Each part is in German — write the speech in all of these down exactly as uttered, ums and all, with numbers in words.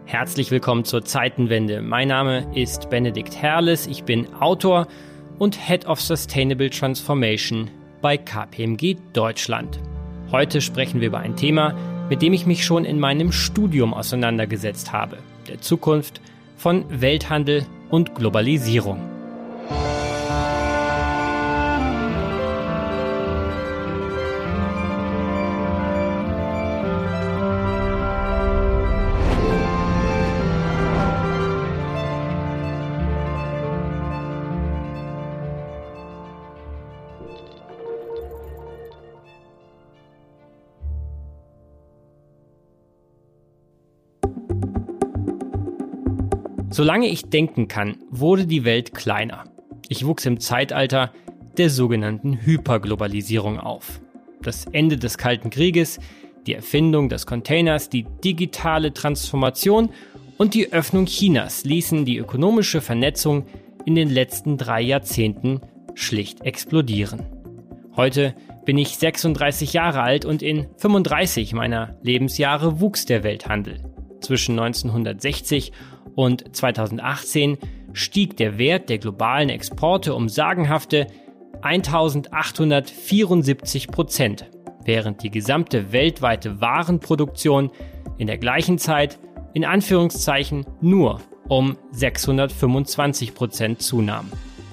Herzlich willkommen zur Zeitenwende. Mein Name ist Benedikt Herles, ich bin Autor und Head of Sustainable Transformation bei K P M G Deutschland. Heute sprechen wir über ein Thema, mit dem ich mich schon in meinem Studium auseinandergesetzt habe, der Zukunft von Welthandel und Globalisierung. Solange ich denken kann, wurde die Welt kleiner. Ich wuchs im Zeitalter der sogenannten Hyperglobalisierung auf. Das Ende des Kalten Krieges, die Erfindung des Containers, die digitale Transformation und die Öffnung Chinas ließen die ökonomische Vernetzung in den letzten drei Jahrzehnten schlicht explodieren. Heute bin ich sechsunddreißig Jahre alt und in fünfunddreißig meiner Lebensjahre wuchs der Welthandel. Zwischen neunzehnhundertsechzig und zweitausendachtzehn stieg der Wert der globalen Exporte um sagenhafte eintausendachthundertvierundsiebzig Prozent, während die gesamte weltweite Warenproduktion in der gleichen Zeit in Anführungszeichen nur um sechshundertfünfundzwanzig Prozent zunahm.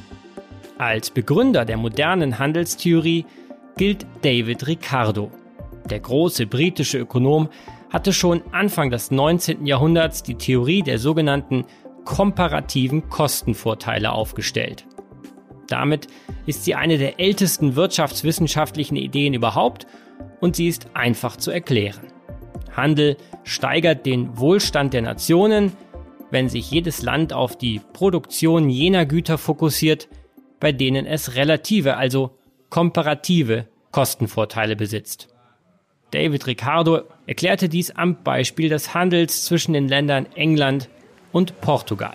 Als Begründer der modernen Handelstheorie gilt David Ricardo. Der große britische Ökonom hatte schon Anfang des neunzehnten Jahrhunderts die Theorie der sogenannten komparativen Kostenvorteile aufgestellt. Damit ist sie eine der ältesten wirtschaftswissenschaftlichen Ideen überhaupt und sie ist einfach zu erklären. Handel steigert den Wohlstand der Nationen, wenn sich jedes Land auf die Produktion jener Güter fokussiert, bei denen es relative, also komparative Kostenvorteile besitzt. David Ricardo erklärte dies am Beispiel des Handels zwischen den Ländern England und Portugal.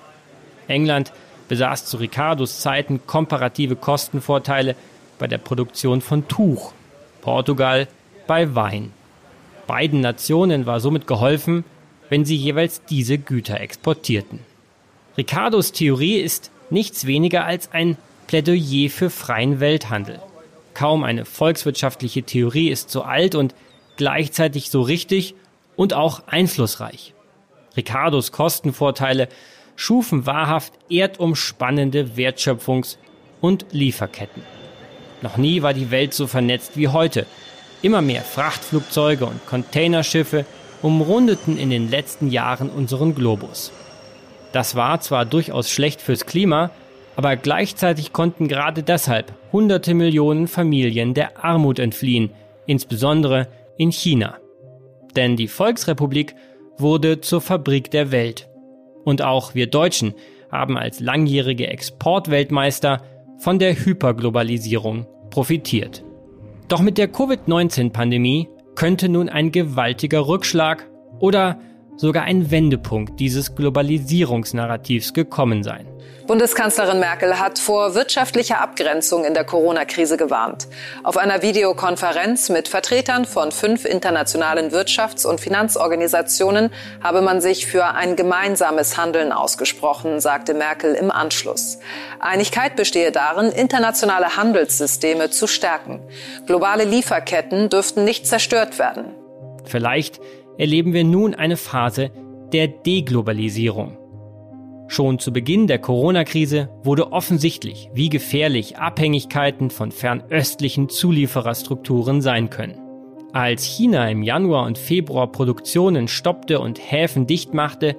England besaß zu Ricardos Zeiten komparative Kostenvorteile bei der Produktion von Tuch, Portugal bei Wein. Beiden Nationen war somit geholfen, wenn sie jeweils diese Güter exportierten. Ricardos Theorie ist nichts weniger als ein Plädoyer für freien Welthandel. Kaum eine volkswirtschaftliche Theorie ist so alt und gleichzeitig so richtig und auch einflussreich. Ricardos Kostenvorteile schufen wahrhaft erdumspannende Wertschöpfungs- und Lieferketten. Noch nie war die Welt so vernetzt wie heute. Immer mehr Frachtflugzeuge und Containerschiffe umrundeten in den letzten Jahren unseren Globus. Das war zwar durchaus schlecht fürs Klima, aber gleichzeitig konnten gerade deshalb hunderte Millionen Familien der Armut entfliehen, insbesondere in China. Denn die Volksrepublik wurde zur Fabrik der Welt. Und auch wir Deutschen haben als langjährige Exportweltmeister von der Hyperglobalisierung profitiert. Doch mit der Covid neunzehn Pandemie könnte nun ein gewaltiger Rückschlag oder sogar ein Wendepunkt dieses Globalisierungsnarrativs gekommen sein. Bundeskanzlerin Merkel hat vor wirtschaftlicher Abgrenzung in der Corona-Krise gewarnt. Auf einer Videokonferenz mit Vertretern von fünf internationalen Wirtschafts- und Finanzorganisationen habe man sich für ein gemeinsames Handeln ausgesprochen, sagte Merkel im Anschluss. Einigkeit bestehe darin, internationale Handelssysteme zu stärken. Globale Lieferketten dürften nicht zerstört werden. Vielleicht erleben wir nun eine Phase der Deglobalisierung. Schon zu Beginn der Corona-Krise wurde offensichtlich, wie gefährlich Abhängigkeiten von fernöstlichen Zuliefererstrukturen sein können. Als China im Januar und Februar Produktionen stoppte und Häfen dicht machte,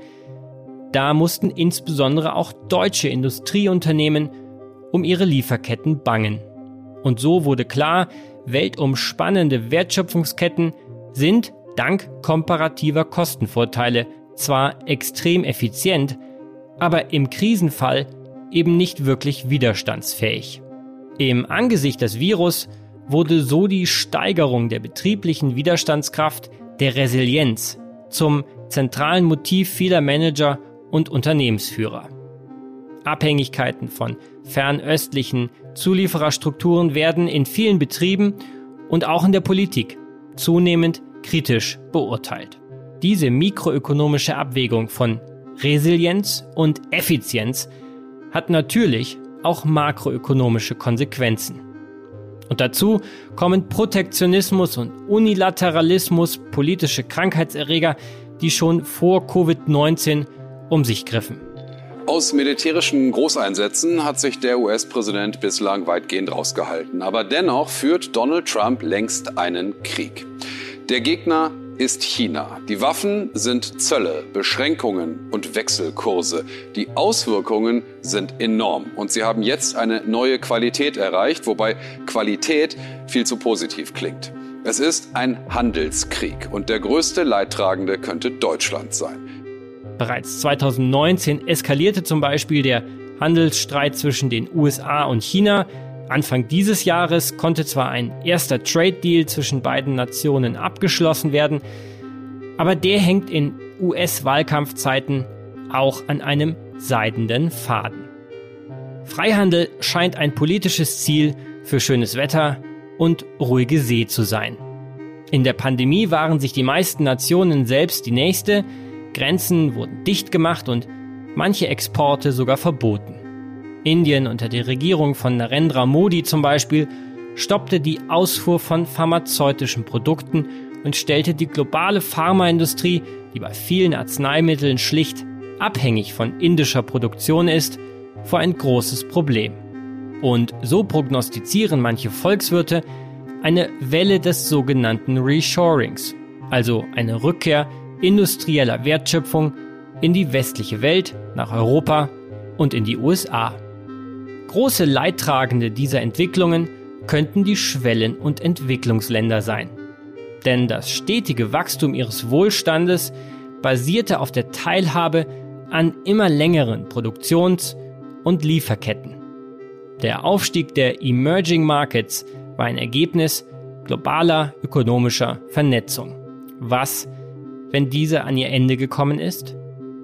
da mussten insbesondere auch deutsche Industrieunternehmen um ihre Lieferketten bangen. Und so wurde klar, weltumspannende Wertschöpfungsketten sind dank komparativer Kostenvorteile zwar extrem effizient, aber im Krisenfall eben nicht wirklich widerstandsfähig. Im Angesicht des Virus wurde so die Steigerung der betrieblichen Widerstandskraft, der Resilienz, zum zentralen Motiv vieler Manager und Unternehmensführer. Abhängigkeiten von fernöstlichen Zuliefererstrukturen werden in vielen Betrieben und auch in der Politik zunehmend kritisch beurteilt. diese mikroökonomische Abwägung von Resilienz und Effizienz hat natürlich auch makroökonomische Konsequenzen. Und dazu kommen Protektionismus und Unilateralismus, politische Krankheitserreger, die schon vor Covid neunzehn um sich griffen. Aus militärischen Großeinsätzen hat sich der U S-Präsident bislang weitgehend rausgehalten. Aber dennoch führt Donald Trump längst einen Krieg. Der Gegner ist China. Die Waffen sind Zölle, Beschränkungen und Wechselkurse. Die Auswirkungen sind enorm. Und sie haben jetzt eine neue Qualität erreicht, wobei Qualität viel zu positiv klingt. Es ist ein Handelskrieg und der größte Leidtragende könnte Deutschland sein. Bereits zweitausendneunzehn eskalierte zum Beispiel der Handelsstreit zwischen den U S A und China. Anfang dieses Jahres konnte zwar ein erster Trade-Deal zwischen beiden Nationen abgeschlossen werden, aber der hängt in U S-Wahlkampfzeiten auch an einem seidenen Faden. Freihandel scheint ein politisches Ziel für schönes Wetter und ruhige See zu sein. In der Pandemie waren sich die meisten Nationen selbst die nächste, Grenzen wurden dicht gemacht und manche Exporte sogar verboten. Indien unter der Regierung von Narendra Modi zum Beispiel stoppte die Ausfuhr von pharmazeutischen Produkten und stellte die globale Pharmaindustrie, die bei vielen Arzneimitteln schlicht abhängig von indischer Produktion ist, vor ein großes Problem. Und so prognostizieren manche Volkswirte eine Welle des sogenannten Reshorings, also eine Rückkehr industrieller Wertschöpfung in die westliche Welt, nach Europa und in die U S A. Große Leidtragende dieser Entwicklungen könnten die Schwellen- und Entwicklungsländer sein. Denn das stetige Wachstum ihres Wohlstandes basierte auf der Teilhabe an immer längeren Produktions- und Lieferketten. Der Aufstieg der Emerging Markets war ein Ergebnis globaler ökonomischer Vernetzung. Was, wenn diese an ihr Ende gekommen ist?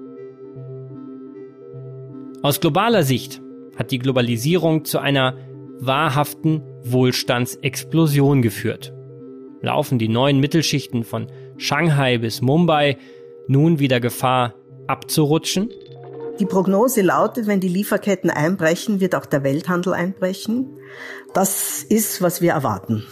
Aus globaler Sicht hat die Globalisierung zu einer wahrhaften Wohlstandsexplosion geführt. Laufen die neuen Mittelschichten von Shanghai bis Mumbai nun wieder Gefahr abzurutschen? Die Prognose lautet, wenn die Lieferketten einbrechen, wird auch der Welthandel einbrechen. Das ist, was wir erwarten.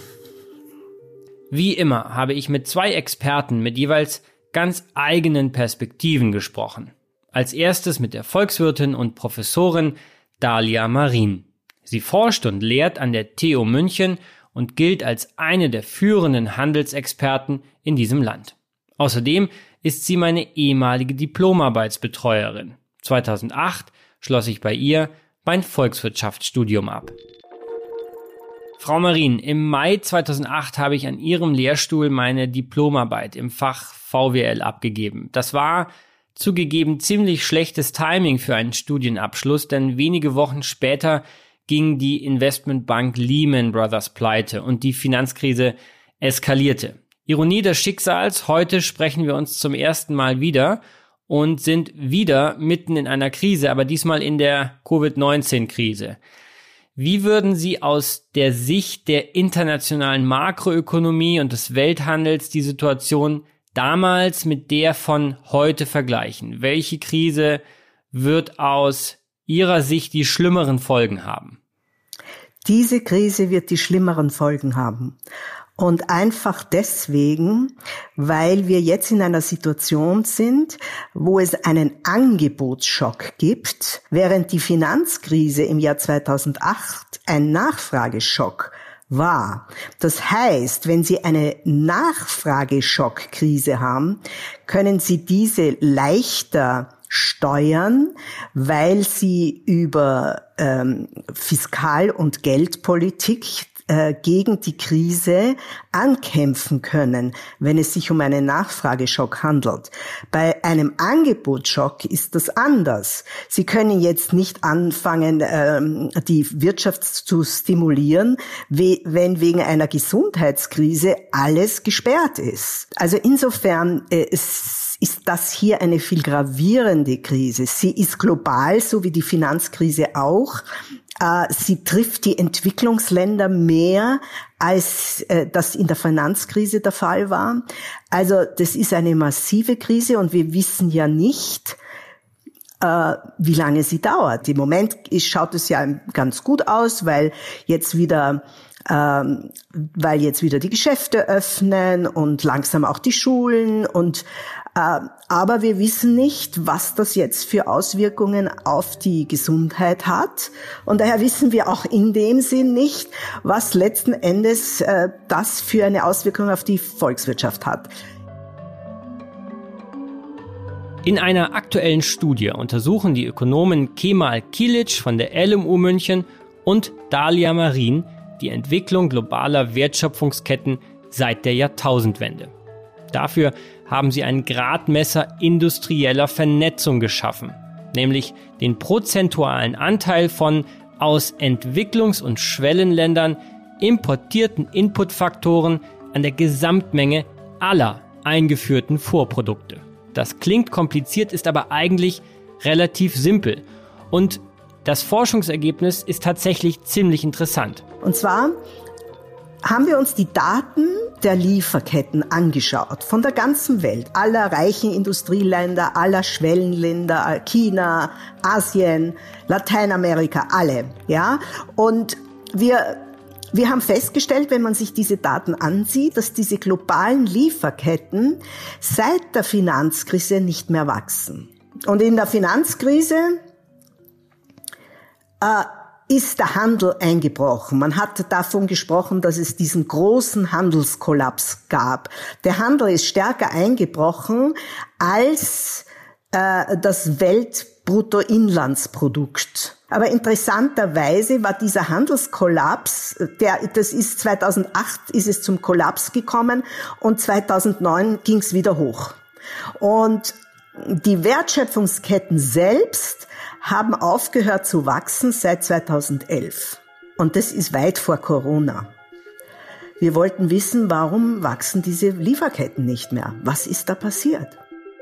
Wie immer habe ich mit zwei Experten mit jeweils ganz eigenen Perspektiven gesprochen. Als erstes mit der Volkswirtin und Professorin Dalia Marin. Sie forscht und lehrt an der T U München und gilt als eine der führenden Handelsexperten in diesem Land. Außerdem ist sie meine ehemalige Diplomarbeitsbetreuerin. zweitausendacht schloss ich bei ihr mein Volkswirtschaftsstudium ab. Frau Marin, im Mai zweitausendacht habe ich an Ihrem Lehrstuhl meine Diplomarbeit im Fach V W L abgegeben. Das war zugegeben ziemlich schlechtes Timing für einen Studienabschluss, denn wenige Wochen später ging die Investmentbank Lehman Brothers pleite und die Finanzkrise eskalierte. Ironie des Schicksals, heute sprechen wir uns zum ersten Mal wieder und sind wieder mitten in einer Krise, aber diesmal in der Covid neunzehn Krise. Wie würden Sie aus der Sicht der internationalen Makroökonomie und des Welthandels die Situation damals mit der von heute vergleichen? Welche Krise wird aus Ihrer Sicht die schlimmeren Folgen haben? Diese Krise wird die schlimmeren Folgen haben. Und einfach deswegen, weil wir jetzt in einer Situation sind, wo es einen Angebotsschock gibt, während die Finanzkrise im Jahr zweitausendacht ein Nachfrageschock war. Das heißt, wenn Sie eine Nachfrageshockkrise haben, können Sie diese leichter steuern, weil Sie über ähm, Fiskal- und Geldpolitik äh, gegen die Krise ankämpfen können, wenn es sich um einen Nachfrageschock handelt. Bei einem Angebotsschock ist das anders. Sie können jetzt nicht anfangen, ähm, die Wirtschaft zu stimulieren, we- wenn wegen einer Gesundheitskrise alles gesperrt ist. Also insofern äh, es ist das hier eine viel gravierende Krise. Sie ist global, so wie die Finanzkrise auch, Sie trifft die Entwicklungsländer mehr, als das in der Finanzkrise der Fall war. Also das ist eine massive Krise und wir wissen ja nicht, wie lange sie dauert. Im Moment schaut es ja ganz gut aus, weil jetzt wieder ähm, weil jetzt wieder die Geschäfte öffnen und langsam auch die Schulen und äh, aber wir wissen nicht, was das jetzt für Auswirkungen auf die Gesundheit hat und daher wissen wir auch in dem Sinn nicht, was letzten Endes äh, das für eine Auswirkung auf die Volkswirtschaft hat. In einer aktuellen Studie untersuchen die Ökonomen Kemal Kilic von der L M U München und Dalia Marin die Entwicklung globaler Wertschöpfungsketten seit der Jahrtausendwende. Dafür haben sie einen Gradmesser industrieller Vernetzung geschaffen, nämlich den prozentualen Anteil von aus Entwicklungs- und Schwellenländern importierten Inputfaktoren an der Gesamtmenge aller eingeführten Vorprodukte. Das klingt kompliziert, ist aber eigentlich relativ simpel. Und das Forschungsergebnis ist tatsächlich ziemlich interessant. Und zwar haben wir uns die Daten der Lieferketten angeschaut, von der ganzen Welt, aller reichen Industrieländer, aller Schwellenländer, China, Asien, Lateinamerika, alle, ja. Und wir Wir haben festgestellt, wenn man sich diese Daten ansieht, dass diese globalen Lieferketten seit der Finanzkrise nicht mehr wachsen. Und in der Finanzkrise äh, ist der Handel eingebrochen. Man hat davon gesprochen, dass es diesen großen Handelskollaps gab. Der Handel ist stärker eingebrochen als äh, das Weltbruttoinlandsprodukt. Aber interessanterweise war dieser Handelskollaps, der, das ist zweitausendacht ist es zum Kollaps gekommen und zweitausendneun ging es wieder hoch. Und die Wertschöpfungsketten selbst haben aufgehört zu wachsen seit zweitausendelf. Und das ist weit vor Corona. Wir wollten wissen, warum wachsen diese Lieferketten nicht mehr? Was ist da passiert?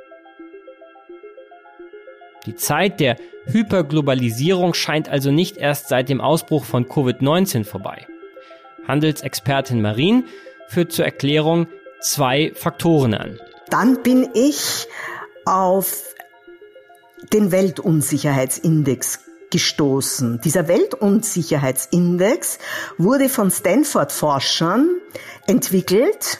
Die Zeit der Hyperglobalisierung scheint also nicht erst seit dem Ausbruch von Covid neunzehn vorbei. Handelsexpertin Marin führt zur Erklärung zwei Faktoren an. Dann bin ich auf den Weltunsicherheitsindex gestoßen. Dieser Weltunsicherheitsindex wurde von Stanford-Forschern entwickelt.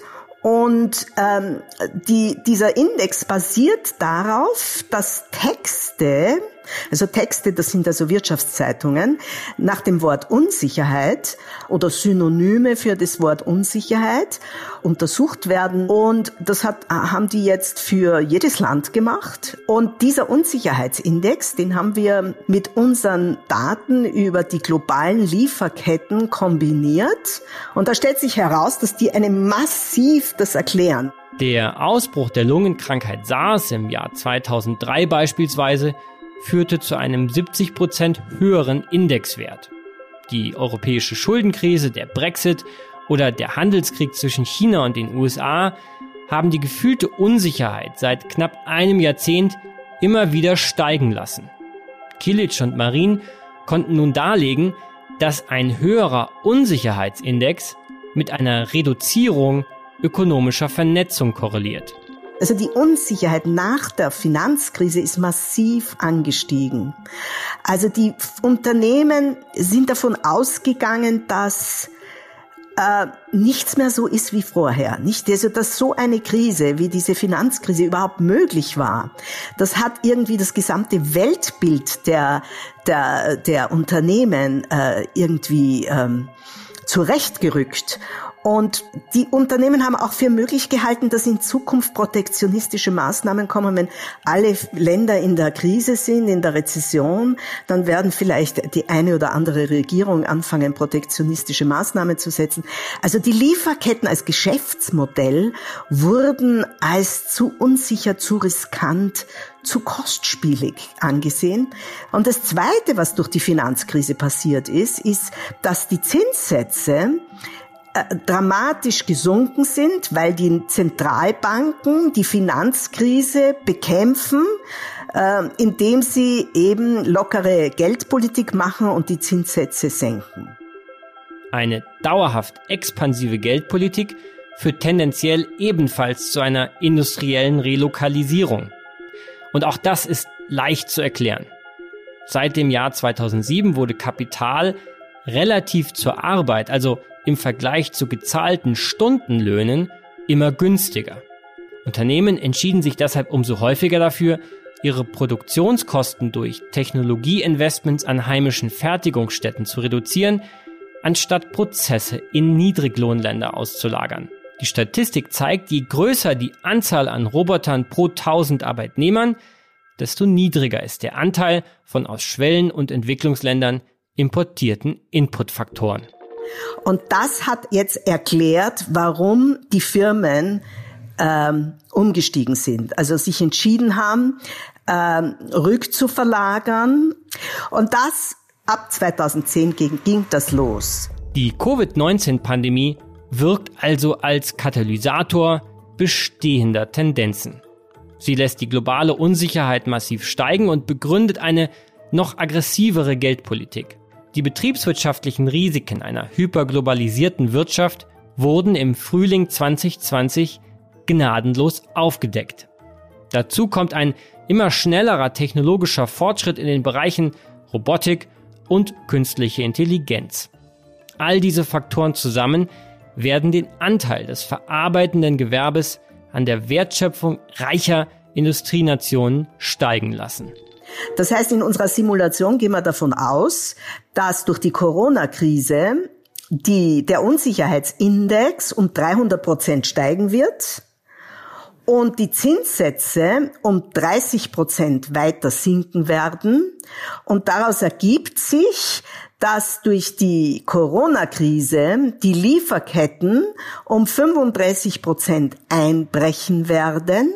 Und ähm, die, dieser Index basiert darauf, dass Texte, also Texte, das sind also Wirtschaftszeitungen, nach dem Wort Unsicherheit oder Synonyme für das Wort Unsicherheit untersucht werden. Und das hat, haben die jetzt für jedes Land gemacht. Und dieser Unsicherheitsindex, den haben wir mit unseren Daten über die globalen Lieferketten kombiniert. Und da stellt sich heraus, dass die eine massiv das erklären. Der Ausbruch der Lungenkrankheit SARS im Jahr zweitausenddrei beispielsweise führte zu einem siebzig Prozent höheren Indexwert. Die europäische Schuldenkrise, der Brexit oder der Handelskrieg zwischen China und den U S A haben die gefühlte Unsicherheit seit knapp einem Jahrzehnt immer wieder steigen lassen. Kilic und Marin konnten nun darlegen, dass ein höherer Unsicherheitsindex mit einer Reduzierung ökonomischer Vernetzung korreliert. Also die Unsicherheit nach der Finanzkrise ist massiv angestiegen. Also die Unternehmen sind davon ausgegangen, dass äh, nichts mehr so ist wie vorher. Nicht, also dass so eine Krise wie diese Finanzkrise überhaupt möglich war. Das hat irgendwie das gesamte Weltbild der der der Unternehmen äh, irgendwie ähm, zurechtgerückt. Und die Unternehmen haben auch für möglich gehalten, dass in Zukunft protektionistische Maßnahmen kommen. Wenn alle Länder in der Krise sind, in der Rezession, dann werden vielleicht die eine oder andere Regierung anfangen, protektionistische Maßnahmen zu setzen. Also die Lieferketten als Geschäftsmodell wurden als zu unsicher, zu riskant, zu kostspielig angesehen. Und das Zweite, was durch die Finanzkrise passiert ist, ist, dass die Zinssätze dramatisch gesunken sind, weil die Zentralbanken die Finanzkrise bekämpfen, äh, indem sie eben lockere Geldpolitik machen und die Zinssätze senken. Eine dauerhaft expansive Geldpolitik führt tendenziell ebenfalls zu einer industriellen Relokalisierung. Und auch das ist leicht zu erklären. Seit dem Jahr zweitausendsieben wurde Kapital relativ zur Arbeit, also im Vergleich zu gezahlten Stundenlöhnen, immer günstiger. Unternehmen entschieden sich deshalb umso häufiger dafür, ihre Produktionskosten durch Technologieinvestments an heimischen Fertigungsstätten zu reduzieren, anstatt Prozesse in Niedriglohnländer auszulagern. Die Statistik zeigt, je größer die Anzahl an Robotern pro tausend Arbeitnehmern, desto niedriger ist der Anteil von aus Schwellen- und Entwicklungsländern importierten Inputfaktoren. Und das hat jetzt erklärt, warum die Firmen ähm, umgestiegen sind, also sich entschieden haben, ähm, rückzuverlagern. Und das ab zweitausendzehn ging, ging das los. Die Covid neunzehn Pandemie wirkt also als Katalysator bestehender Tendenzen. Sie lässt die globale Unsicherheit massiv steigen und begründet eine noch aggressivere Geldpolitik. Die betriebswirtschaftlichen Risiken einer hyperglobalisierten Wirtschaft wurden im Frühling zwanzig zwanzig gnadenlos aufgedeckt. Dazu kommt ein immer schnellerer technologischer Fortschritt in den Bereichen Robotik und künstliche Intelligenz. All diese Faktoren zusammen werden den Anteil des verarbeitenden Gewerbes an der Wertschöpfung reicher Industrienationen steigen lassen. Das heißt, in unserer Simulation gehen wir davon aus, dass durch die Corona-Krise die, der Unsicherheitsindex um dreihundert Prozent steigen wird und die Zinssätze um dreißig Prozent weiter sinken werden. Und daraus ergibt sich, dass durch die Corona-Krise die Lieferketten um fünfunddreißig Prozent einbrechen werden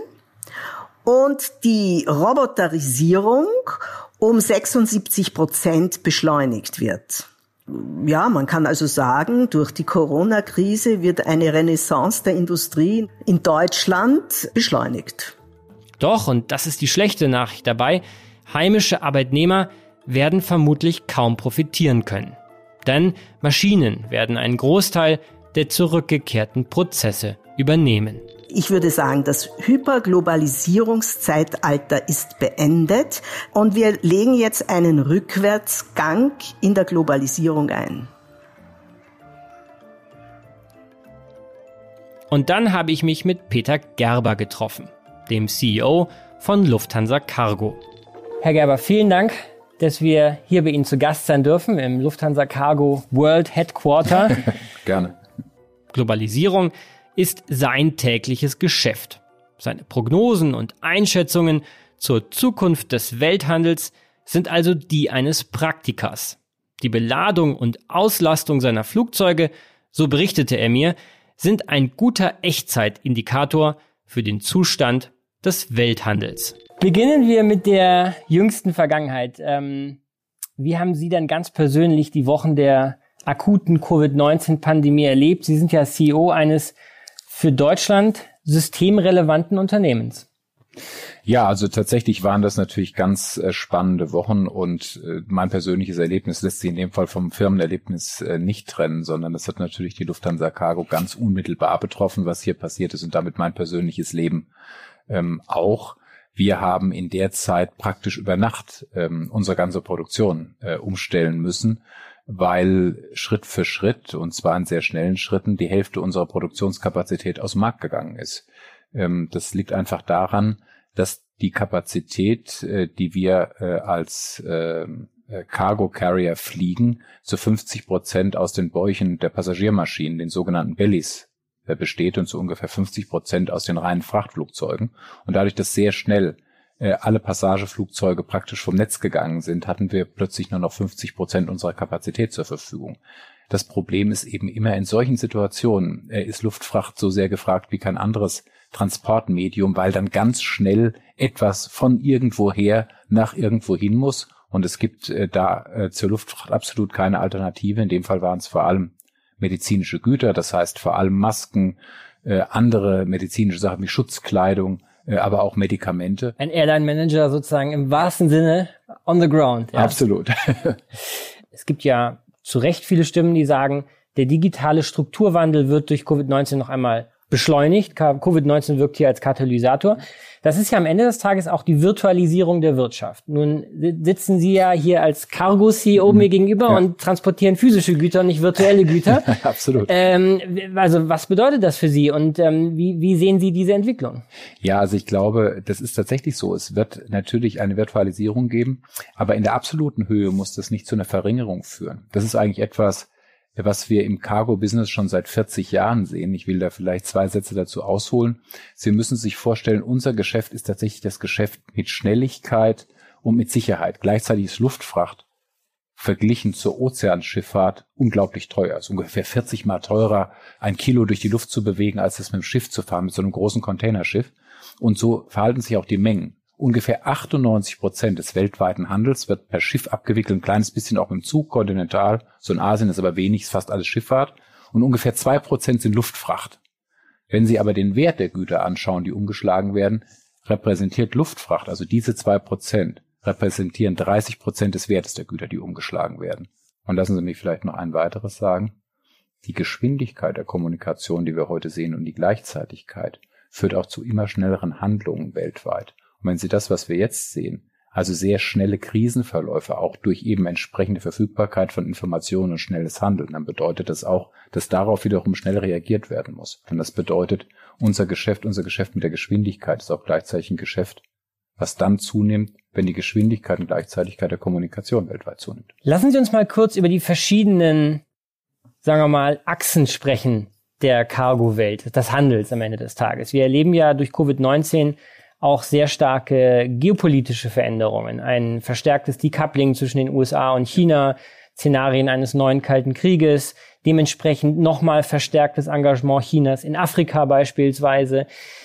und die Roboterisierung um sechsundsiebzig Prozent beschleunigt wird. Ja, man kann also sagen, durch die Corona-Krise wird eine Renaissance der Industrie in Deutschland beschleunigt. Doch, und das ist die schlechte Nachricht dabei, heimische Arbeitnehmer werden vermutlich kaum profitieren können. Denn Maschinen werden einen Großteil der zurückgekehrten Prozesse übernehmen. Ich würde sagen, das Hyperglobalisierungszeitalter ist beendet und wir legen jetzt einen Rückwärtsgang in der Globalisierung ein. Und dann habe ich mich mit Peter Gerber getroffen, dem C E O von Lufthansa Cargo. Herr Gerber, vielen Dank, dass wir hier bei Ihnen zu Gast sein dürfen im Lufthansa Cargo World Headquarter. Gerne. Globalisierung ist sein tägliches Geschäft. Seine Prognosen und Einschätzungen zur Zukunft des Welthandels sind also die eines Praktikers. Die Beladung und Auslastung seiner Flugzeuge, so berichtete er mir, sind ein guter Echtzeitindikator für den Zustand des Welthandels. Beginnen wir mit der jüngsten Vergangenheit. Ähm, wie haben Sie denn ganz persönlich die Wochen der akuten Covid neunzehn Pandemie erlebt? Sie sind ja C E O eines für Deutschland systemrelevanten Unternehmens. Ja, also tatsächlich waren das natürlich ganz äh, spannende Wochen und äh, mein persönliches Erlebnis lässt sich in dem Fall vom Firmenerlebnis äh, nicht trennen, sondern das hat natürlich die Lufthansa Cargo ganz unmittelbar betroffen, was hier passiert ist und damit mein persönliches Leben ähm, auch. Wir haben in der Zeit praktisch über Nacht ähm, unsere ganze Produktion äh, umstellen müssen, weil Schritt für Schritt, und zwar in sehr schnellen Schritten, die Hälfte unserer Produktionskapazität aus dem Markt gegangen ist. Ähm, das liegt einfach daran, dass die Kapazität, äh, die wir äh, als äh, Cargo Carrier fliegen, zu fünfzig Prozent aus den Bäuchen der Passagiermaschinen, den sogenannten Bellies, äh, besteht und zu ungefähr fünfzig Prozent aus den reinen Frachtflugzeugen. Und dadurch, dass sehr schnell alle Passageflugzeuge praktisch vom Netz gegangen sind, hatten wir plötzlich nur noch fünfzig Prozent unserer Kapazität zur Verfügung. Das Problem ist eben immer in solchen Situationen, ist Luftfracht so sehr gefragt wie kein anderes Transportmedium, weil dann ganz schnell etwas von irgendwoher nach irgendwo hin muss. Und es gibt da zur Luftfracht absolut keine Alternative. In dem Fall waren es vor allem medizinische Güter, das heißt vor allem Masken, andere medizinische Sachen wie Schutzkleidung, aber auch Medikamente. Ein Airline-Manager sozusagen im wahrsten Sinne on the ground. Ja. Absolut. Es gibt ja zu Recht viele Stimmen, die sagen, der digitale Strukturwandel wird durch Covid neunzehn noch einmal beschleunigt. Covid neunzehn wirkt hier als Katalysator. Das ist ja am Ende des Tages auch die Virtualisierung der Wirtschaft. Nun sitzen Sie ja hier als Cargo-C E O mir gegenüber ja. und transportieren physische Güter und nicht virtuelle Güter. Absolut. Ähm, also was bedeutet das für Sie und ähm, wie, wie sehen Sie diese Entwicklung? Ja, also ich glaube, das ist tatsächlich so. Es wird natürlich eine Virtualisierung geben, aber in der absoluten Höhe muss das nicht zu einer Verringerung führen. Das ist eigentlich etwas, was wir im Cargo-Business schon seit vierzig Jahren sehen. Ich will da vielleicht zwei Sätze dazu ausholen. Sie müssen sich vorstellen, unser Geschäft ist tatsächlich das Geschäft mit Schnelligkeit und mit Sicherheit. Gleichzeitig ist Luftfracht verglichen zur Ozeanschifffahrt unglaublich teuer. Es ist ungefähr vierzig Mal teurer, ein Kilo durch die Luft zu bewegen, als es mit dem Schiff zu fahren, mit so einem großen Containerschiff. Und so verhalten sich auch die Mengen. Ungefähr achtundneunzig Prozent des weltweiten Handels wird per Schiff abgewickelt, ein kleines bisschen auch mit dem Zug, kontinental. So in Asien ist aber wenig, ist fast alles Schifffahrt. Und ungefähr zwei Prozent sind Luftfracht. Wenn Sie aber den Wert der Güter anschauen, die umgeschlagen werden, repräsentiert Luftfracht, also diese zwei Prozent, repräsentieren dreißig Prozent des Wertes der Güter, die umgeschlagen werden. Und lassen Sie mich vielleicht noch ein weiteres sagen. Die Geschwindigkeit der Kommunikation, die wir heute sehen, und die Gleichzeitigkeit führt auch zu immer schnelleren Handlungen weltweit. Und wenn Sie das, was wir jetzt sehen, also sehr schnelle Krisenverläufe, auch durch eben entsprechende Verfügbarkeit von Informationen und schnelles Handeln, dann bedeutet das auch, dass darauf wiederum schnell reagiert werden muss. Und das bedeutet, unser Geschäft, unser Geschäft mit der Geschwindigkeit ist auch gleichzeitig ein Geschäft, was dann zunimmt, wenn die Geschwindigkeit und Gleichzeitigkeit der Kommunikation weltweit zunimmt. Lassen Sie uns mal kurz über die verschiedenen, sagen wir mal, Achsen sprechen der Cargo-Welt, des Handels am Ende des Tages. Wir erleben ja durch Covid neunzehn auch sehr starke geopolitische Veränderungen, ein verstärktes Decoupling zwischen den U S A und China, Szenarien eines neuen Kalten Krieges, dementsprechend nochmal verstärktes Engagement Chinas in Afrika beispielsweise.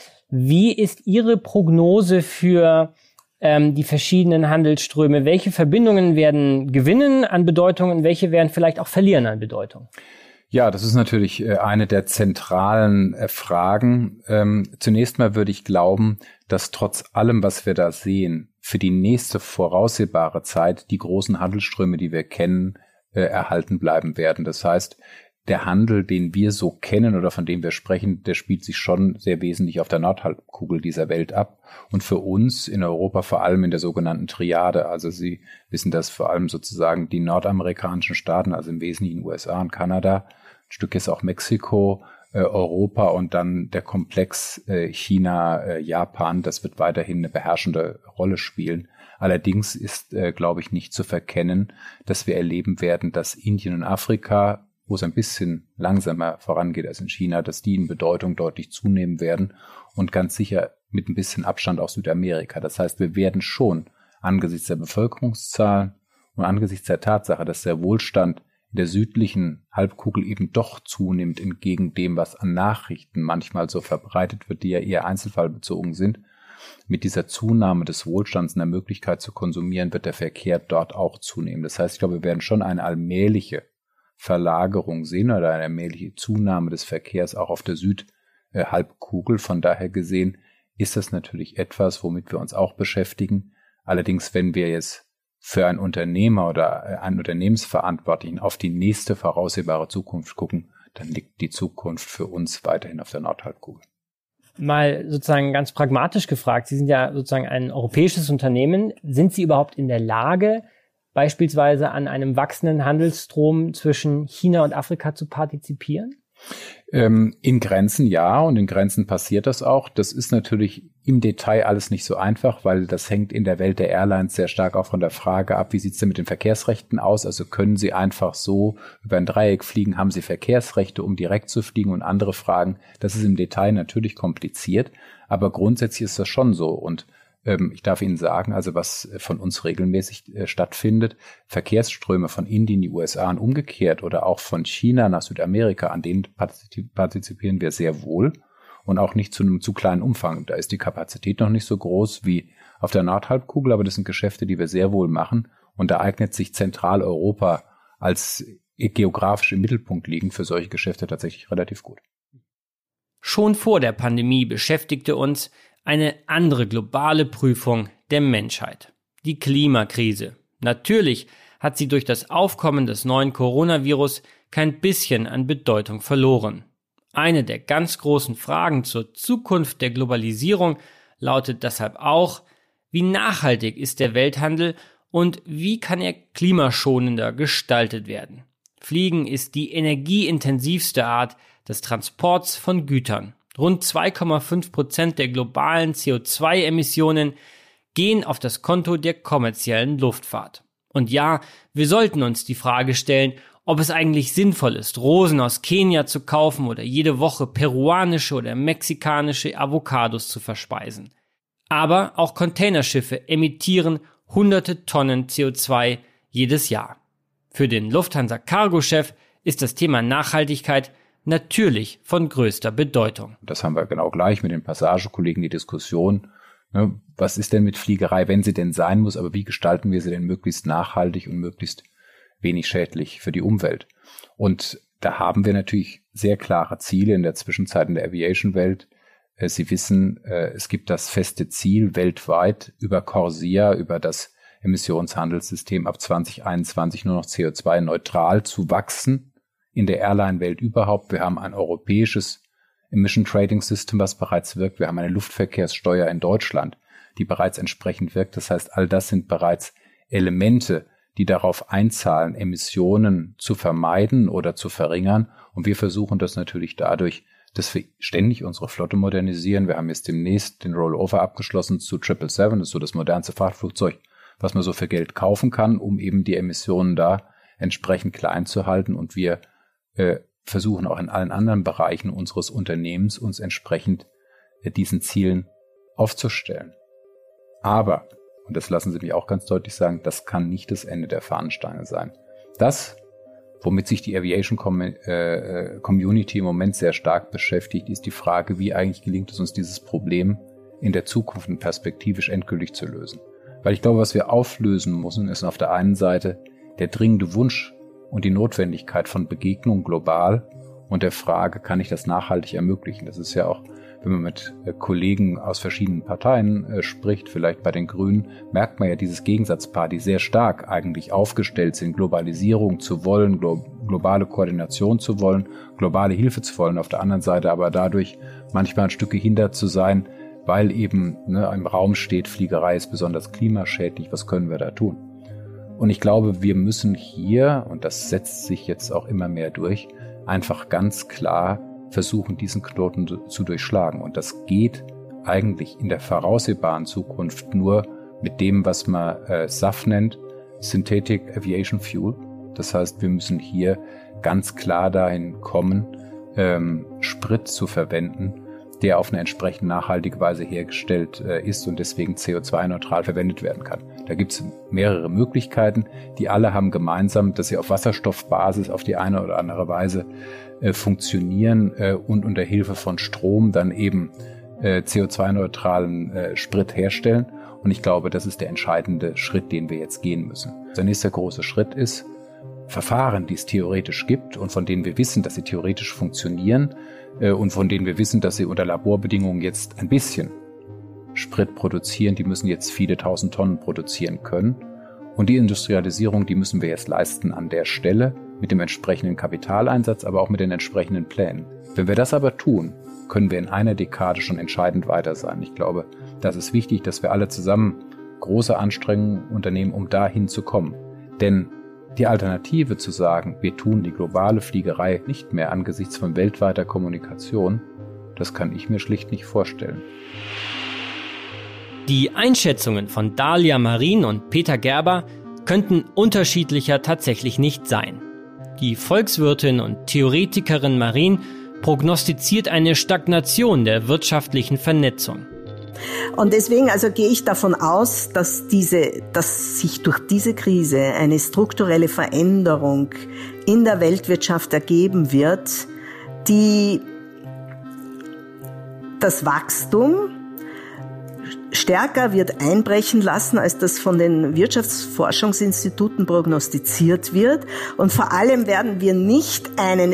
Wie ist Ihre Prognose für ähm, die verschiedenen Handelsströme? Welche Verbindungen werden gewinnen an Bedeutung und welche werden vielleicht auch verlieren an Bedeutung? Ja, das ist natürlich äh, eine der zentralen äh, Fragen. Ähm, zunächst mal würde ich glauben, dass trotz allem, was wir da sehen, für die nächste voraussehbare Zeit die großen Handelsströme, die wir kennen, äh, erhalten bleiben werden. Das heißt, der Handel, den wir so kennen oder von dem wir sprechen, der spielt sich schon sehr wesentlich auf der Nordhalbkugel dieser Welt ab. Und für uns in Europa vor allem in der sogenannten Triade. Also Sie wissen, dass vor allem sozusagen die nordamerikanischen Staaten, also im Wesentlichen U S A und Kanada, ein Stück ist auch Mexiko, äh, Europa und dann der Komplex äh, China, äh, Japan, das wird weiterhin eine beherrschende Rolle spielen. Allerdings ist, äh, glaube ich, nicht zu verkennen, dass wir erleben werden, dass Indien und Afrika, wo es ein bisschen langsamer vorangeht als in China, dass die in Bedeutung deutlich zunehmen werden und ganz sicher mit ein bisschen Abstand auch Südamerika. Das heißt, wir werden schon angesichts der Bevölkerungszahlen und angesichts der Tatsache, dass der Wohlstand in der südlichen Halbkugel eben doch zunimmt, entgegen dem, was an Nachrichten manchmal so verbreitet wird, die ja eher einzelfallbezogen sind. Mit dieser Zunahme des Wohlstands und der Möglichkeit zu konsumieren, wird der Verkehr dort auch zunehmen. Das heißt, ich glaube, wir werden schon eine allmähliche Verlagerung sehen oder eine allmähliche Zunahme des Verkehrs auch auf der Südhalbkugel. Von daher gesehen ist das natürlich etwas, womit wir uns auch beschäftigen. Allerdings, wenn wir jetzt für einen Unternehmer oder einen Unternehmensverantwortlichen auf die nächste voraussehbare Zukunft gucken, dann liegt die Zukunft für uns weiterhin auf der Nordhalbkugel. Mal sozusagen ganz pragmatisch gefragt, Sie sind ja sozusagen ein europäisches Unternehmen. Sind Sie überhaupt in der Lage, beispielsweise an einem wachsenden Handelsstrom zwischen China und Afrika zu partizipieren? Ähm, in Grenzen ja, und in Grenzen passiert das auch. Das ist natürlich im Detail alles nicht so einfach, weil das hängt in der Welt der Airlines sehr stark auch von der Frage ab, wie sieht es denn mit den Verkehrsrechten aus? Also können Sie einfach so über ein Dreieck fliegen, haben Sie Verkehrsrechte, um direkt zu fliegen, und andere Fragen. Das ist im Detail natürlich kompliziert, aber grundsätzlich ist das schon so. Und ich darf Ihnen sagen, also was von uns regelmäßig äh, stattfindet, Verkehrsströme von Indien in die U S A und umgekehrt oder auch von China nach Südamerika, an denen partizipieren wir sehr wohl und auch nicht zu einem zu kleinen Umfang. Da ist die Kapazität noch nicht so groß wie auf der Nordhalbkugel, aber das sind Geschäfte, die wir sehr wohl machen, und da eignet sich Zentraleuropa als geografisch im Mittelpunkt liegend für solche Geschäfte tatsächlich relativ gut. Schon vor der Pandemie beschäftigte uns eine andere globale Prüfung der Menschheit. Die Klimakrise. Natürlich hat sie durch das Aufkommen des neuen Coronavirus kein bisschen an Bedeutung verloren. Eine der ganz großen Fragen zur Zukunft der Globalisierung lautet deshalb auch, wie nachhaltig ist der Welthandel und wie kann er klimaschonender gestaltet werden? Fliegen ist die energieintensivste Art des Transports von Gütern. Rund zwei Komma fünf Prozent der globalen C O zwei Emissionen gehen auf das Konto der kommerziellen Luftfahrt. Und ja, wir sollten uns die Frage stellen, ob es eigentlich sinnvoll ist, Rosen aus Kenia zu kaufen oder jede Woche peruanische oder mexikanische Avocados zu verspeisen. Aber auch Containerschiffe emittieren hunderte Tonnen C O zwei jedes Jahr. Für den Lufthansa-Cargo-Chef ist das Thema Nachhaltigkeit natürlich von größter Bedeutung. Das haben wir genau gleich mit den Passagekollegen die Diskussion. Ne, was ist denn mit Fliegerei, wenn sie denn sein muss, aber wie gestalten wir sie denn möglichst nachhaltig und möglichst wenig schädlich für die Umwelt? Und da haben wir natürlich sehr klare Ziele in der Zwischenzeit in der Aviation-Welt. Sie wissen, es gibt das feste Ziel weltweit über CORSIA, über das Emissionshandelssystem ab zwanzig einundzwanzig nur noch C O zwei neutral zu wachsen in der Airline-Welt überhaupt. Wir haben ein europäisches Emission Trading System, was bereits wirkt. Wir haben eine Luftverkehrssteuer in Deutschland, die bereits entsprechend wirkt. Das heißt, all das sind bereits Elemente, die darauf einzahlen, Emissionen zu vermeiden oder zu verringern. Und wir versuchen das natürlich dadurch, dass wir ständig unsere Flotte modernisieren. Wir haben jetzt demnächst den Rollover abgeschlossen zu sieben sieben sieben. Das ist so das modernste Frachtflugzeug, was man so für Geld kaufen kann, um eben die Emissionen da entsprechend klein zu halten. Und wir äh, versuchen auch in allen anderen Bereichen unseres Unternehmens uns entsprechend äh, diesen Zielen aufzustellen. Aber, und das lassen Sie mich auch ganz deutlich sagen, das kann nicht das Ende der Fahnenstange sein. Das, womit sich die Aviation Community im Moment sehr stark beschäftigt, ist die Frage, wie eigentlich gelingt es uns, dieses Problem in der Zukunft und perspektivisch endgültig zu lösen. Weil ich glaube, was wir auflösen müssen, ist auf der einen Seite der dringende Wunsch und die Notwendigkeit von Begegnung global und der Frage, kann ich das nachhaltig ermöglichen? Das ist ja auch, wenn man mit Kollegen aus verschiedenen Parteien äh, spricht, vielleicht bei den Grünen, merkt man ja dieses Gegensatzpaar, die sehr stark eigentlich aufgestellt sind, Globalisierung zu wollen, glo- globale Koordination zu wollen, globale Hilfe zu wollen, auf der anderen Seite aber dadurch manchmal ein Stück gehindert zu sein, weil eben ne, im Raum steht, Fliegerei ist besonders klimaschädlich, was können wir da tun? Und ich glaube, wir müssen hier, und das setzt sich jetzt auch immer mehr durch, einfach ganz klar versuchen, diesen Knoten zu durchschlagen. Und das geht eigentlich in der voraussehbaren Zukunft nur mit dem, was man äh, S A F nennt, Synthetic Aviation Fuel. Das heißt, wir müssen hier ganz klar dahin kommen, ähm, Sprit zu verwenden, der auf eine entsprechend nachhaltige Weise hergestellt äh, ist und deswegen C O zwei neutral verwendet werden kann. Da gibt es mehrere Möglichkeiten, die alle haben gemeinsam, dass sie auf Wasserstoffbasis auf die eine oder andere Weise äh, funktionieren äh, und unter Hilfe von Strom dann eben äh, C O zwei neutralen äh, Sprit herstellen. Und ich glaube, das ist der entscheidende Schritt, den wir jetzt gehen müssen. Der nächste große Schritt ist, Verfahren, die es theoretisch gibt und von denen wir wissen, dass sie theoretisch funktionieren, und von denen wir wissen, dass sie unter Laborbedingungen jetzt ein bisschen Sprit produzieren, die müssen jetzt viele tausend Tonnen produzieren können. Und die Industrialisierung, die müssen wir jetzt leisten an der Stelle mit dem entsprechenden Kapitaleinsatz, aber auch mit den entsprechenden Plänen. Wenn wir das aber tun, können wir in einer Dekade schon entscheidend weiter sein. Ich glaube, das ist wichtig, dass wir alle zusammen große Anstrengungen unternehmen, um dahin zu kommen. Denn die Alternative zu sagen, wir tun die globale Fliegerei nicht mehr angesichts von weltweiter Kommunikation, das kann ich mir schlicht nicht vorstellen. Die Einschätzungen von Dalia Marin und Peter Gerber könnten unterschiedlicher tatsächlich nicht sein. Die Volkswirtin und Theoretikerin Marin prognostiziert eine Stagnation der wirtschaftlichen Vernetzung. Und deswegen also gehe ich davon aus, dass diese, dass sich durch diese Krise eine strukturelle Veränderung in der Weltwirtschaft ergeben wird, die das Wachstum stärker wird einbrechen lassen, als das von den Wirtschaftsforschungsinstituten prognostiziert wird. Und vor allem werden wir nicht einen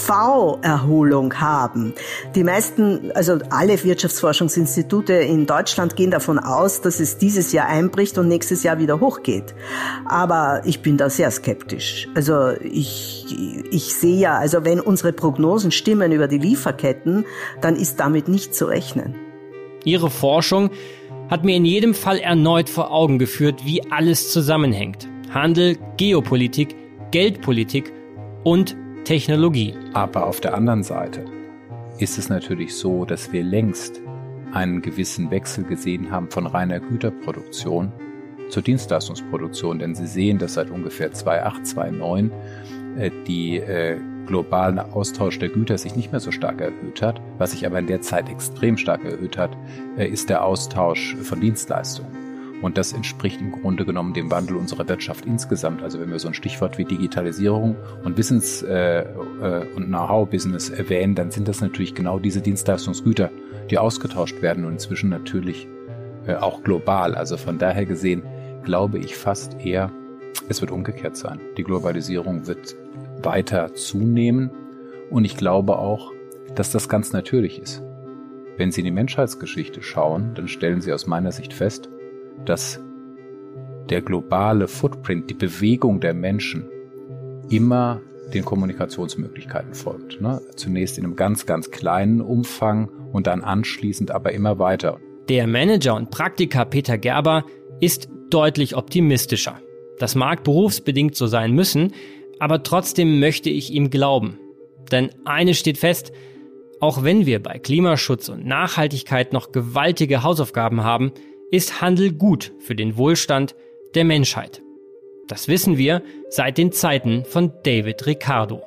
V-Erholung haben. Die meisten, also alle Wirtschaftsforschungsinstitute in Deutschland gehen davon aus, dass es dieses Jahr einbricht und nächstes Jahr wieder hochgeht. Aber ich bin da sehr skeptisch. Also ich, ich sehe ja, also wenn unsere Prognosen stimmen über die Lieferketten, dann ist damit nicht zu rechnen. Ihre Forschung hat mir in jedem Fall erneut vor Augen geführt, wie alles zusammenhängt. Handel, Geopolitik, Geldpolitik und Technologie. Aber auf der anderen Seite ist es natürlich so, dass wir längst einen gewissen Wechsel gesehen haben von reiner Güterproduktion zur Dienstleistungsproduktion. Denn Sie sehen, dass seit ungefähr zweitausendacht, zweitausendneun äh, die äh, globalen Austausch der Güter sich nicht mehr so stark erhöht hat. Was sich aber in der Zeit extrem stark erhöht hat, äh, ist der Austausch von Dienstleistungen. Und das entspricht im Grunde genommen dem Wandel unserer Wirtschaft insgesamt. Also wenn wir so ein Stichwort wie Digitalisierung und Wissens- äh, äh, und Know-how-Business erwähnen, dann sind das natürlich genau diese Dienstleistungsgüter, die ausgetauscht werden und inzwischen natürlich äh, auch global. Also von daher gesehen glaube ich fast eher, es wird umgekehrt sein. Die Globalisierung wird weiter zunehmen und ich glaube auch, dass das ganz natürlich ist. Wenn Sie in die Menschheitsgeschichte schauen, dann stellen Sie aus meiner Sicht fest, dass der globale Footprint, die Bewegung der Menschen immer den Kommunikationsmöglichkeiten folgt. Ne? Zunächst in einem ganz, ganz kleinen Umfang und dann anschließend aber immer weiter. Der Manager und Praktiker Peter Gerber ist deutlich optimistischer. Das mag berufsbedingt so sein müssen, aber trotzdem möchte ich ihm glauben. Denn eines steht fest, auch wenn wir bei Klimaschutz und Nachhaltigkeit noch gewaltige Hausaufgaben haben, ist Handel gut für den Wohlstand der Menschheit. Das wissen wir seit den Zeiten von David Ricardo.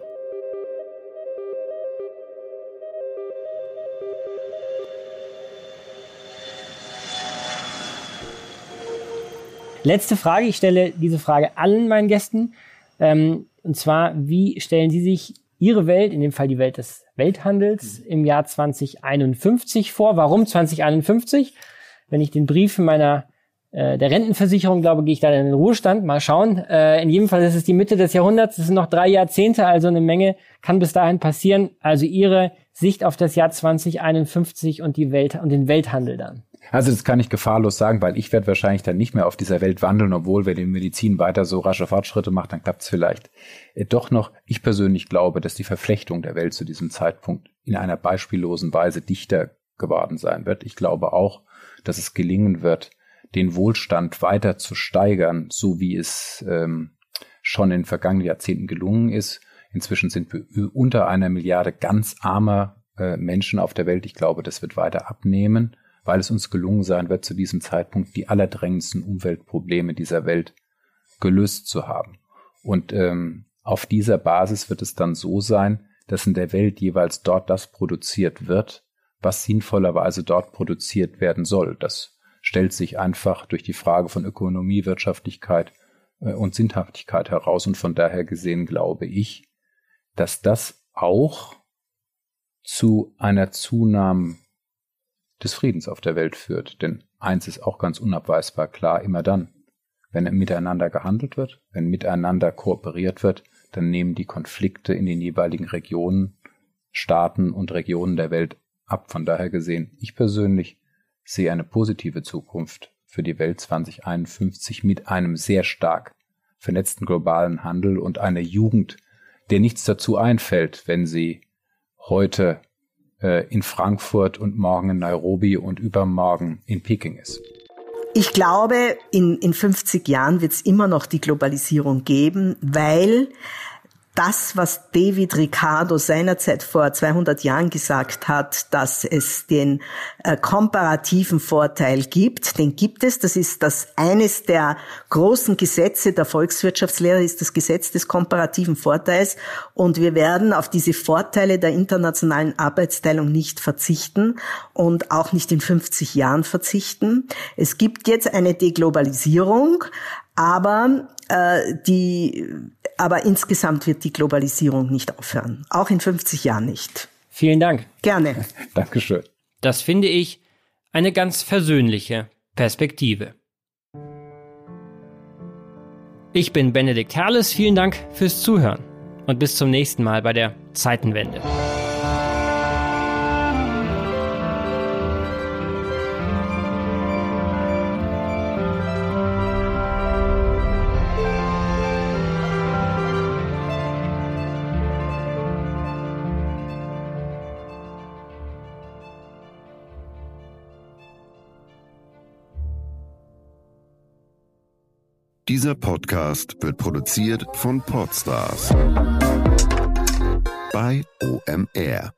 Letzte Frage, ich stelle diese Frage allen meinen Gästen. Ähm, und zwar, wie stellen Sie sich Ihre Welt, in dem Fall die Welt des Welthandels, im Jahr zwanzig einundfünfzig vor? Warum zwanzig einundfünfzig? Wenn ich den Brief meiner äh, der Rentenversicherung glaube, gehe ich dann in den Ruhestand. Mal schauen. Äh, in jedem Fall ist es die Mitte des Jahrhunderts. Das sind noch drei Jahrzehnte, also eine Menge kann bis dahin passieren. Also Ihre Sicht auf das Jahr zwanzig einundfünfzig und die Welt und den Welthandel dann. Also das kann ich gefahrlos sagen, weil ich werde wahrscheinlich dann nicht mehr auf dieser Welt wandeln, obwohl wenn die Medizin weiter so rasche Fortschritte macht, dann klappt es vielleicht. Äh, doch noch, ich persönlich glaube, dass die Verflechtung der Welt zu diesem Zeitpunkt in einer beispiellosen Weise dichter geworden sein wird. Ich glaube auch, dass es gelingen wird, den Wohlstand weiter zu steigern, so wie es ähm, schon in den vergangenen Jahrzehnten gelungen ist. Inzwischen sind wir unter einer Milliarde ganz armer äh, Menschen auf der Welt. Ich glaube, das wird weiter abnehmen, weil es uns gelungen sein wird, zu diesem Zeitpunkt die allerdrängendsten Umweltprobleme dieser Welt gelöst zu haben. Und ähm, auf dieser Basis wird es dann so sein, dass in der Welt jeweils dort das produziert wird, was sinnvollerweise dort produziert werden soll. Das stellt sich einfach durch die Frage von Ökonomie, Wirtschaftlichkeit äh, und Sinnhaftigkeit heraus. Und von daher gesehen glaube ich, dass das auch zu einer Zunahme des Friedens auf der Welt führt. Denn eins ist auch ganz unabweisbar klar, immer dann, wenn miteinander gehandelt wird, wenn miteinander kooperiert wird, dann nehmen die Konflikte in den jeweiligen Regionen, Staaten und Regionen der Welt ab. Von daher gesehen, ich persönlich sehe eine positive Zukunft für die Welt zwanzig einundfünfzig mit einem sehr stark vernetzten globalen Handel und einer Jugend, der nichts dazu einfällt, wenn sie heute äh, in Frankfurt und morgen in Nairobi und übermorgen in Peking ist. Ich glaube, in, in fünfzig Jahren wird es immer noch die Globalisierung geben, weil das, was David Ricardo seinerzeit vor zweihundert Jahren gesagt hat, dass es den äh, komparativen Vorteil gibt, den gibt es. Das ist das eines der großen Gesetze der Volkswirtschaftslehre, ist das Gesetz des komparativen Vorteils. Und wir werden auf diese Vorteile der internationalen Arbeitsteilung nicht verzichten und auch nicht in fünfzig Jahren verzichten. Es gibt jetzt eine Deglobalisierung, aber äh, die Aber insgesamt wird die Globalisierung nicht aufhören. Auch in fünfzig Jahren nicht. Vielen Dank. Gerne. Dankeschön. Das finde ich eine ganz versöhnliche Perspektive. Ich bin Benedikt Herles. Vielen Dank fürs Zuhören. und bis zum nächsten Mal bei der Zeitenwende. Dieser Podcast wird produziert von Podstars bei O M R.